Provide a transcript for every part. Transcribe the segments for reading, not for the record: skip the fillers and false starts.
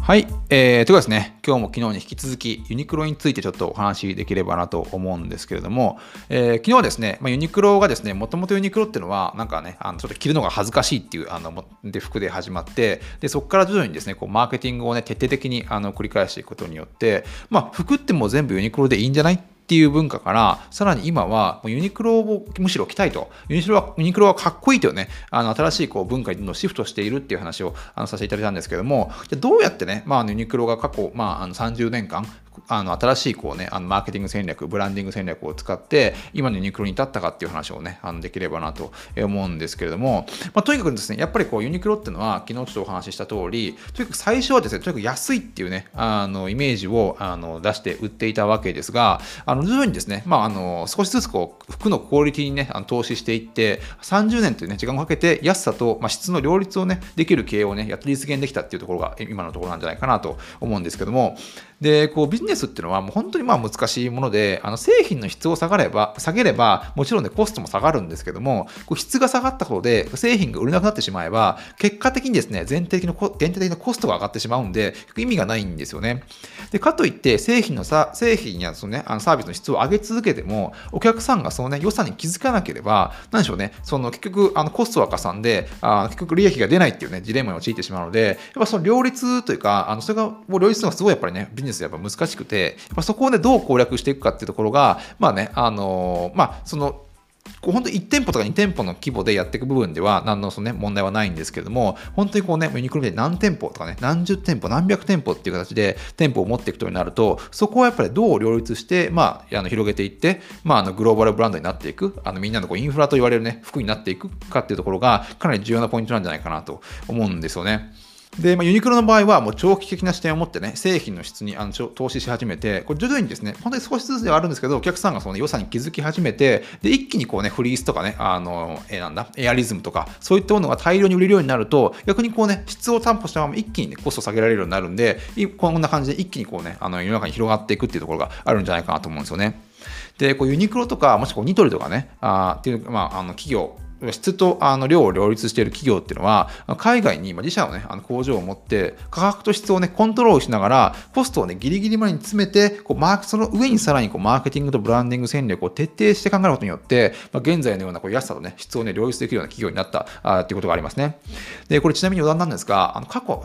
はい、ということですね、今日も昨日に引き続きユニクロについてちょっとお話しできればなと思うんですけれども、昨日はですね、ユニクロがですね、もともとユニクロっていうのは、なんかね、ちょっと着るのが恥ずかしいっていう服で始まって、でそこから徐々にですね、こうマーケティングをね、徹底的に繰り返していくことによって、服ってもう全部ユニクロでいいんじゃないっていう文化から、さらに今はユニクロをむしろ着たいと、ユニクロはかっこいいというね、新しいこう文化にどんどんシフトしているっていう話をさせていただいたんですけども、じゃどうやってね、ユニクロが過去、30年間、新しいこうね、マーケティング戦略、ブランディング戦略を使って、今のユニクロに至ったかっていう話をね、できればなと思うんですけれども、とにかくですね、やっぱりこうユニクロっていうのは、昨日ちょっとお話しした通り、とにかく最初はですね、とにかく安いっていうね、イメージを出して売っていたわけですが、徐々にですね、少しずつこう服のクオリティにね、投資していって、30年というね、時間をかけて安さと、質の両立をね、できる経営をね、やっと実現できたっていうところが今のところなんじゃないかなと思うんですけども、で、こうビジネスっていうのはもう本当に難しいもので、製品の質を下げれば、もちろんね、コストも下がるんですけども、こう質が下がったことで製品が売れなくなってしまえば、結果的にですね、全体的なコストが上がってしまうんで、意味がないんですよね。で、かといって製品やそのね、サービスの質を上げ続けても、お客さんがそのね、良さに気づかなければ、なんでしょうね、その結局コストはかさんで、結局利益が出ないっていうね、ジレンマに陥ってしまうので、やっぱその両立というか、それがもう両立のがすごいやっぱりね、ビジネスやっぱ難しくて、やっぱそこをね、どう攻略していくかっていうところが、その本当に1店舗とか2店舗の規模でやっていく部分では何の問題はないんですけれども、本当にこうね、ユニクロみたいに何店舗とかね、何十店舗、何百店舗っていう形で店舗を持っていくとになると、そこはやっぱりどう両立して、広げていって、グローバルブランドになっていく、みんなのこうインフラと言われるね、服になっていくかっていうところが、かなり重要なポイントなんじゃないかなと思うんですよね。で、ユニクロの場合はもう長期的な視点を持ってね、製品の質に投資し始めて、これ徐々にですね、本当に少しずつではあるんですけど、お客さんがその良さに気づき始めて、で、一気にこうね、フリースとかね、エアリズムとか、そういったものが大量に売れるようになると、逆にこうね、質を担保したまま一気に、ね、コストを下げられるようになるんで、こんな感じで一気にこうね、世の中に広がっていくっていうところがあるんじゃないかなと思うんですよね。で、こうユニクロとか、もしくはニトリとかね、っていう、企業、質と量を両立している企業っていうのは、海外に自社のね、工場を持って、価格と質をね、コントロールしながら、コストをね、ギリギリまでに詰めて、その上にさらにマーケティングとブランディング戦略を徹底して考えることによって、現在のような安さとね、質をね、両立できるような企業になったっていうことがありますね。で、これちなみに余談なんですが、過去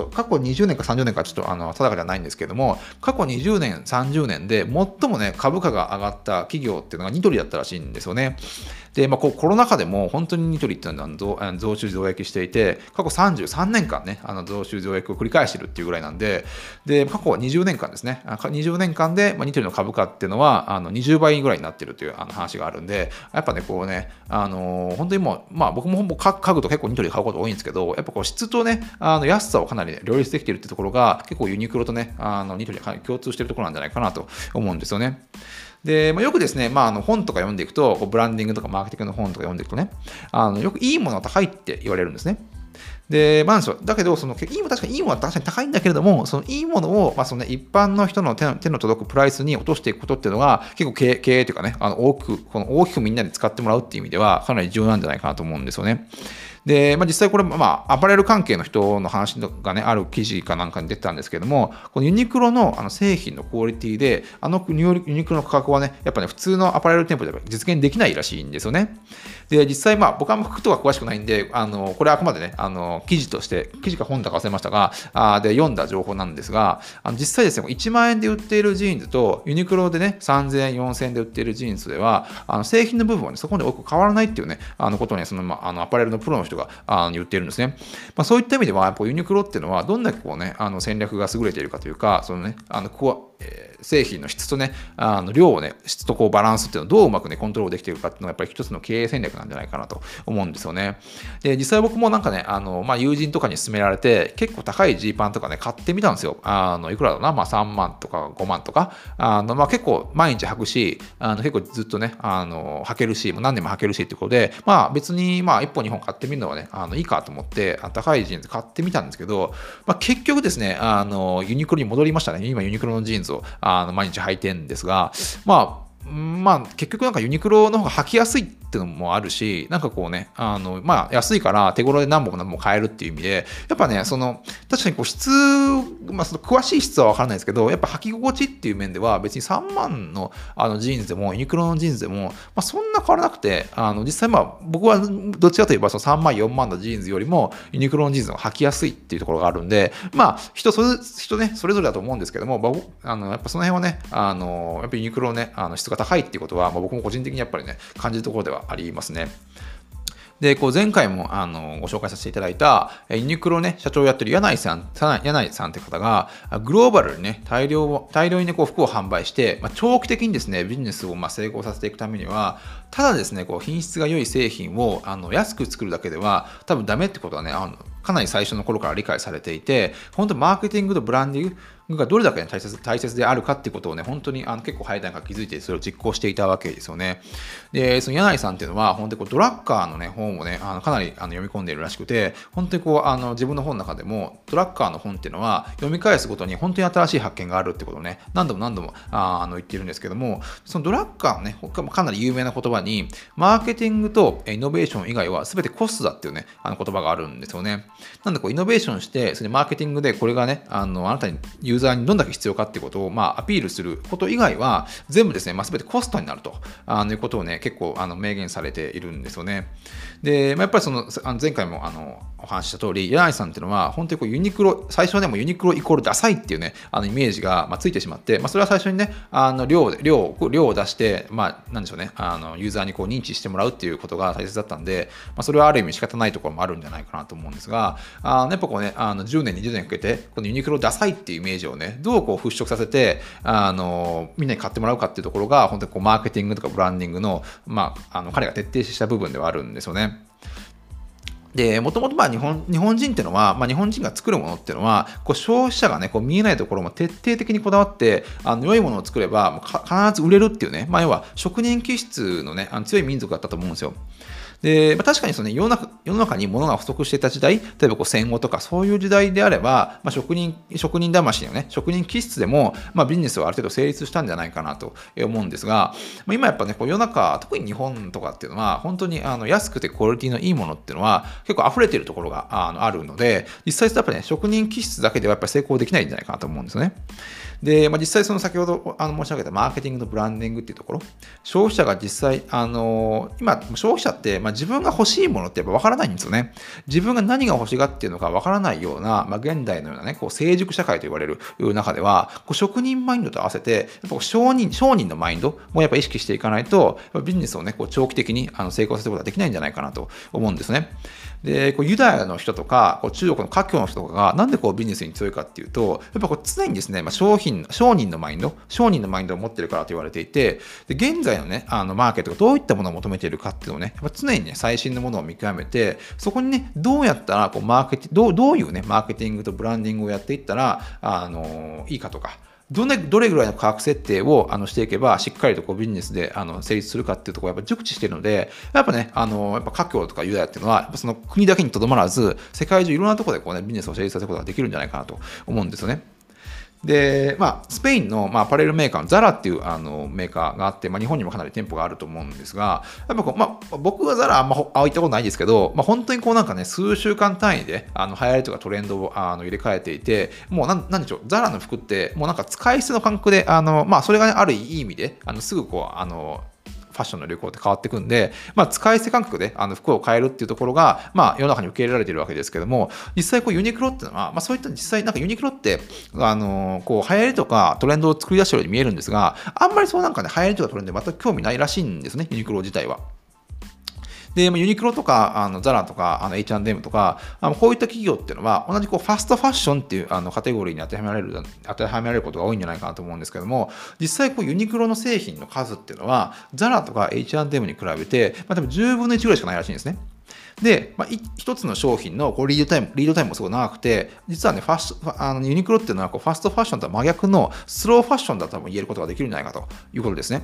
20年か30年かちょっと定かじゃないんですけども、過去20年、30年で最もね、株価が上がった企業っていうのがニトリだったらしいんですよね。で、コロナ禍でも本当にニトリっていうのは増収増益していて、過去33年間ね、増収増益を繰り返しているっていうぐらいなんで、で、過去は20年間ですね、20年間でニトリの株価っていうのは20倍ぐらいになっているという話があるんで、やっぱね、こうね、本当にもう、僕も家具と結構ニトリ買うこと多いんですけど、やっぱこう質とね、安さをかなり、両立できているっていうところが、結構ユニクロとね、ニトリが共通しているところなんじゃないかなと思うんですよね。で、よくですね、本とか読んでいくと、ブランディングとかマーケティングの本とか読んでいくとね、よくいいものは高いって言われるんですね。で、だけど、いいものは確かに高いんだけれども、そのいいものを、一般の人の手の届くプライスに落としていくことっていうのが、結構経営というかね、大きくみんなで使ってもらうっていう意味では、かなり重要なんじゃないかなと思うんですよね。で、実際これ、アパレル関係の人の話がね、ある記事かなんかに出てたんですけども、このユニクロの製品のクオリティで、ユニクロの価格はね、やっぱね、普通のアパレル店舗では実現できないらしいんですよね。で、実際、僕は服とか詳しくないんで、これはあくまでね、記事か本だか忘れましたが、で読んだ情報なんですが、実際ですね、1万円で売っているジーンズと、ユニクロでね、3000円、4000円で売っているジーンズでは、製品の部分はね、そこまで多く変わらないっていうね、ことをね、アパレルのプロの人が言っているんですね。そういった意味では、やっぱユニクロっていうのは、どんだけこうね、戦略が優れているかというか、そのね、製品の質とね、量をね、質とバランスっていうのをどううまくね、コントロールできているかっていうのがやっぱり一つの経営戦略なんじゃないかなと思うんですよね。で、実際僕もなんかね、友人とかに勧められて、結構高いジーパンとかね、買ってみたんですよ。いくらだろうな、3万とか5万とか、結構毎日履くし、結構ずっとね、履けるし、もう何年も履けるしっていうことで、別に1本2本買ってみるのはね、いいかと思って、高いジーンズ買ってみたんですけど、結局ですね、ユニクロに戻りましたね。今ユニクロのジーンズを毎日履いてるんですが、結局なんかユニクロの方が履きやすいっっていうのもあるし、なんかこうね、まあ、安いから手頃で何本も何本も買えるっていう意味で、やっぱね、確かにこう質、まあ、詳しい質は分からないですけど、やっぱ履き心地っていう面では、別に3万のジーンズでも、ユニクロのジーンズでも、まあ、そんな変わらなくて、実際まあ、僕はどっちかといえば、その3万、4万のジーンズよりも、ユニクロのジーンズが履きやすいっていうところがあるんで、まあ、人ね、それぞれだと思うんですけども、やっぱその辺はね、やっぱりユニクロのね、質が高いっていうことは、まあ、僕も個人的にやっぱりね、感じるところではありますね。で、こう前回もご紹介させていただいたユニクロね、社長をやってる柳井さんって方が、グローバルにね、大量にね、こう服を販売して、まあ、長期的にですね、ビジネスをまあ成功させていくためには、ただですね、こう品質が良い製品を安く作るだけでは多分ダメってことはね、かなり最初の頃から理解されていて、本当にマーケティングとブランディングがどれだけ、ね、大切であるかっていうことをね、本当に結構早い段階気づいて、それを実行していたわけですよね。で、その柳井さんっていうのは、本当にこうドラッカーのね、本をね、かなり読み込んでいるらしくて、本当にこう自分の本の中でも、ドラッカーの本っていうのは、読み返すごとに本当に新しい発見があるってことをね、何度も言っているんですけども、そのドラッカーのね、かなり有名な言葉に、マーケティングとイノベーション以外は全てコストだっていうね、言葉があるんですよね。なんでこうイノベーションして、それでマーケティングでこれがね、あなたにユーザーにどんだけ必要かっていうことを、まあ、アピールすること以外は、全部ですね、まあ、全てコストになるということをね、結構明言されているんですよね。で、まあ、やっぱり前回もお話しした通り、柳井さんっていうのは、本当にこうユニクロ、最初はでもユニクロイコールダサいっていうね、イメージがついてしまって、まあ、それは最初にね、量を出して、まあ、なんでしょうね、ユーザーにこう認知してもらうっていうことが大切だったんで、まあ、それはある意味仕方ないところもあるんじゃないかなと思うんですが、やっぱこうね、10年、20年かけて、このユニクロダサいっていうイメージをね、どうこう払拭させて、みんなに買ってもらうかっていうところが、本当にこうマーケティングとかブランディングの、まあ、彼が徹底した部分ではあるんですよね。で、もともと日本人っていうのは、まあ、日本人が作るものっていうのは、こう消費者がね、こう見えないところも徹底的にこだわって、良いものを作れば必ず売れるっていうね、まあ、要は職人気質のね、強い民族だったと思うんですよ。で、まあ、確かにその、ね、世の中に物が不足していた時代、例えばこう戦後とかそういう時代であれば、まあ、職人魂のね、職人気質でも、まあ、ビジネスはある程度成立したんじゃないかなと思うんですが、まあ、今やっぱね、こう世の中、特に日本とかっていうのは、本当に安くてクオリティのいいものっていうのは結構溢れているところがあるので、実際やっぱね、職人気質だけではやっぱり成功できないんじゃないかなと思うんですよね。で、まあ、実際その先ほど申し上げたマーケティングとブランディングっていうところ、消費者が実際、今、消費者って、まあ、自分が欲しいものってやっぱ分からないんですよね。自分が何が欲しがっているのか分からないような、まあ、現代のようなね、こう成熟社会と言われる中では、こう職人マインドと合わせて、やっぱ商人のマインドもやっぱ意識していかないと、ビジネスをね、こう長期的に成功させることはできないんじゃないかなと思うんですね。で、こうユダヤの人とか、こう中国の華僑の人とかが、なんでこうビジネスに強いかっていうと、やっぱこう常にですね、まあ、商人のマインドを持ってるからと言われていて、で現在のね、マーケットがどういったものを求めているかっていうのをね、やっぱ常にね、最新のものを見極めて、そこにね、どうやったらこうどういうね、マーケティングとブランディングをやっていったら、いいかとか、どれぐらいの価格設定をしていけば、しっかりとこうビジネスで成立するかっていうところをやっぱ熟知しているので、やっぱね、やっぱ華僑とかユダヤっていうのは、やっぱその国だけにとどまらず、世界中いろんなところでこうね、ビジネスを成立させることができるんじゃないかなと思うんですよね。で、まあ、スペインの、まあ、アパレルメーカーのザラっていうメーカーがあって、まあ、日本にもかなり店舗があると思うんですが、やっぱこう、まあ、僕はザラあんま行ったことないですけど、まあ、本当にこうなんかね、数週間単位で流行りとかトレンドを入れ替えていて、もうなんでしょう、ザラの服って、もうなんか使い捨ての感覚で、まあ、それが、ね、あるいい意味で、すぐこう、ファッションの流行って変わっていくんで、まあ、使い捨て感覚で服を変えるっていうところが、まあ、世の中に受け入れられているわけですけども、実際こうユニクロっていうのは、まあ、そういった実際なんかユニクロってこう流行りとかトレンドを作り出しているように見えるんですが、あんまりそうなんかね、流行りとかトレンドで全く興味ないらしいんですね、ユニクロ自体は。で、ユニクロとか、ザラとか、H&M とか、こういった企業っていうのは、同じこうファストファッションっていうカテゴリーに当てはめられることが多いんじゃないかなと思うんですけども、実際こうユニクロの製品の数っていうのは、ザラとか H&M に比べて、まあ、多分10分の1ぐらいしかないらしいんですね。で、まあ、一つの商品のこうリードタイムもすごい長くて、実はね、ユニクロっていうのはこうファストファッションとは真逆のスローファッションだとも言えることができるんじゃないかということですね。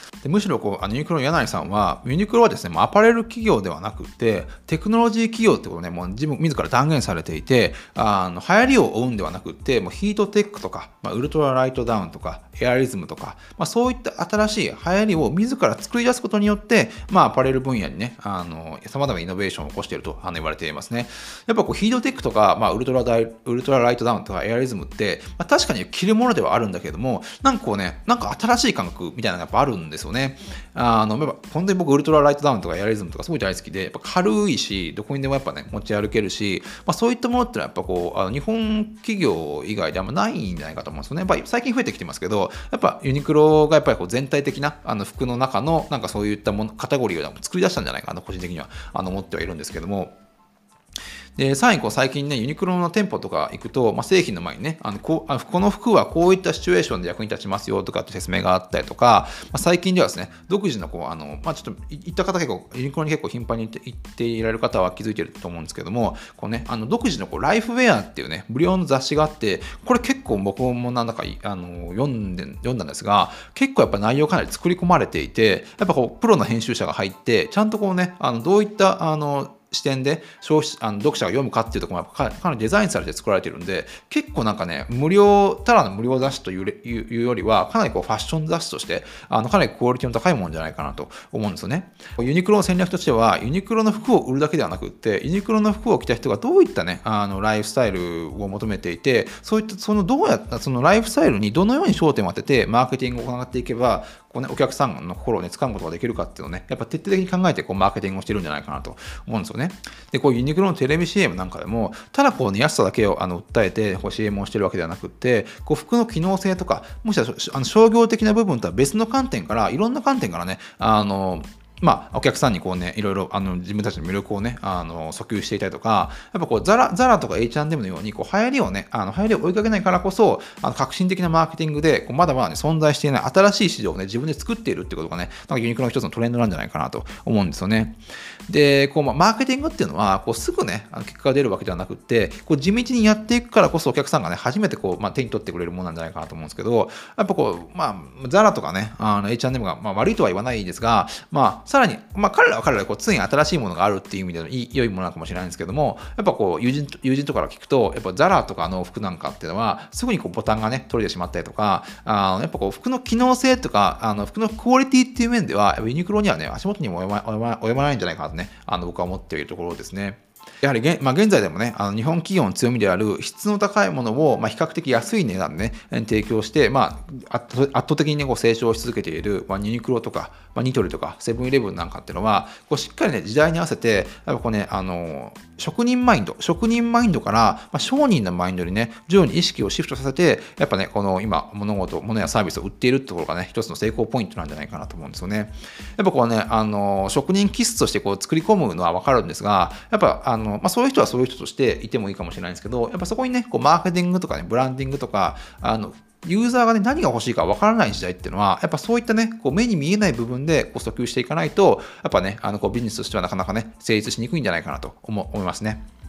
でむしろユニクロの柳井さんは、ユニクロはですね、もうアパレル企業ではなくて、テクノロジー企業ってことをね、もう自ら断言されていて、流行りを追うんではなくて、もうヒートテックとか、ウルトラライトダウンとか、エアリズムとか、そういった新しい流行りを自ら作り出すことによって、アパレル分野にね、様々なイノベーションを起こしていると言われていますね。やっぱヒートテックとか、ウルトラライトダウンとかエアリズムって、確かに着るものではあるんだけども、なんか新しい感覚みたいなのがやっぱあるんですよね。やっぱ本当に僕ウルトラライトダウンとかエアリズムとかすごい大好きで、やっぱ軽いし、どこにでもやっぱね、持ち歩けるし、そういったものってのはやっぱ日本企業以外であんまないんじゃないかと思うんですよね。やっぱり最近増えてきてますけど、やっぱユニクロがやっぱり全体的な服の中のなんかそういったもの、カテゴリーを作り出したんじゃないかなと個人的には思ってはいるんですけども、で、さらに最近ね、ユニクロの店舗とか行くと、製品の前にね、この服はこういったシチュエーションで役に立ちますよとかって説明があったりとか、最近ではですね、独自のちょっと行った方ユニクロに結構頻繁に行っていられる方は気づいてると思うんですけども、独自のライフウェアっていうね、無料の雑誌があって、これ結構僕もなんだか読んだんですが、結構やっぱ内容かなり作り込まれていて、やっぱプロの編集者が入って、ちゃんとどういった視点で読者が読むかっていうところもかなりデザインされて作られているんで、結構なんかね、ただの無料雑誌というよりは、かなりファッション雑誌として、かなりクオリティの高いものじゃないかなと思うんですよね。ユニクロの戦略としては、ユニクロの服を売るだけではなくって、ユニクロの服を着た人がどういったね、ライフスタイルを求めていて、そういったどうやったそのライフスタイルにどのように焦点を当てて、マーケティングを行っていけば、お客さんの心をね、掴むことができるかっていうのをね、やっぱ徹底的に考えてマーケティングをしてるんじゃないかなと思うんですよね。で、ユニクロのテレビ CM なんかでも、ただ安さだけを訴えてCM をしてるわけではなくって、服の機能性とか、もしくは商業的な部分とは別の観点から、いろんな観点からね、お客さんにいろいろ自分たちの魅力をね、訴求していたりとか、やっぱザラとか H&M のように流行りを追いかけないからこそ、革新的なマーケティングでまだまだ、ね、存在していない新しい市場をね、自分で作っているっていうことがね、なんかユニクロの一つのトレンドなんじゃないかなと思うんですよね。で、マーケティングっていうのは、すぐね、結果が出るわけではなくって、地道にやっていくからこそお客さんがね、初めて手に取ってくれるものなんじゃないかなと思うんですけど、やっぱザラとかね、H&M が、悪いとは言わないですが、さらに、彼らは常に新しいものがあるっていう意味での良いものなのかもしれないんですけども、やっぱ友人とかから聞くと、やっぱザラとかの服なんかっていうのは、すぐにボタンがね、取れてしまったりとか、やっぱ服の機能性とか、服のクオリティっていう面では、ユニクロにはね、足元にも及ばないんじゃないかなとね、僕は思っているところですね。やはり現在でもね、日本企業の強みである質の高いものを、比較的安い値段で、ね、提供して、圧倒的に、ね、成長し続けている、ユニクロとか、ニトリとか、セブンイレブンなんかっていうのは、しっかりね、時代に合わせて、やっぱ職人マインドから、商人のマインドにね、徐々に意識をシフトさせて、やっぱね、今、物やサービスを売っているってところがね、一つの成功ポイントなんじゃないかなと思うんですよね。やっぱね、職人気質として作り込むのはわかるんですが、やっぱそういう人はそういう人としていてもいいかもしれないんですけど、やっぱそこにね、マーケティングとかね、ブランディングとか、ユーザーがね、何が欲しいか分からない時代っていうのは、やっぱそういったね、目に見えない部分で訴求していかないと、やっぱね、ビジネスとしてはなかなかね、成立しにくいんじゃないかなと思いますね。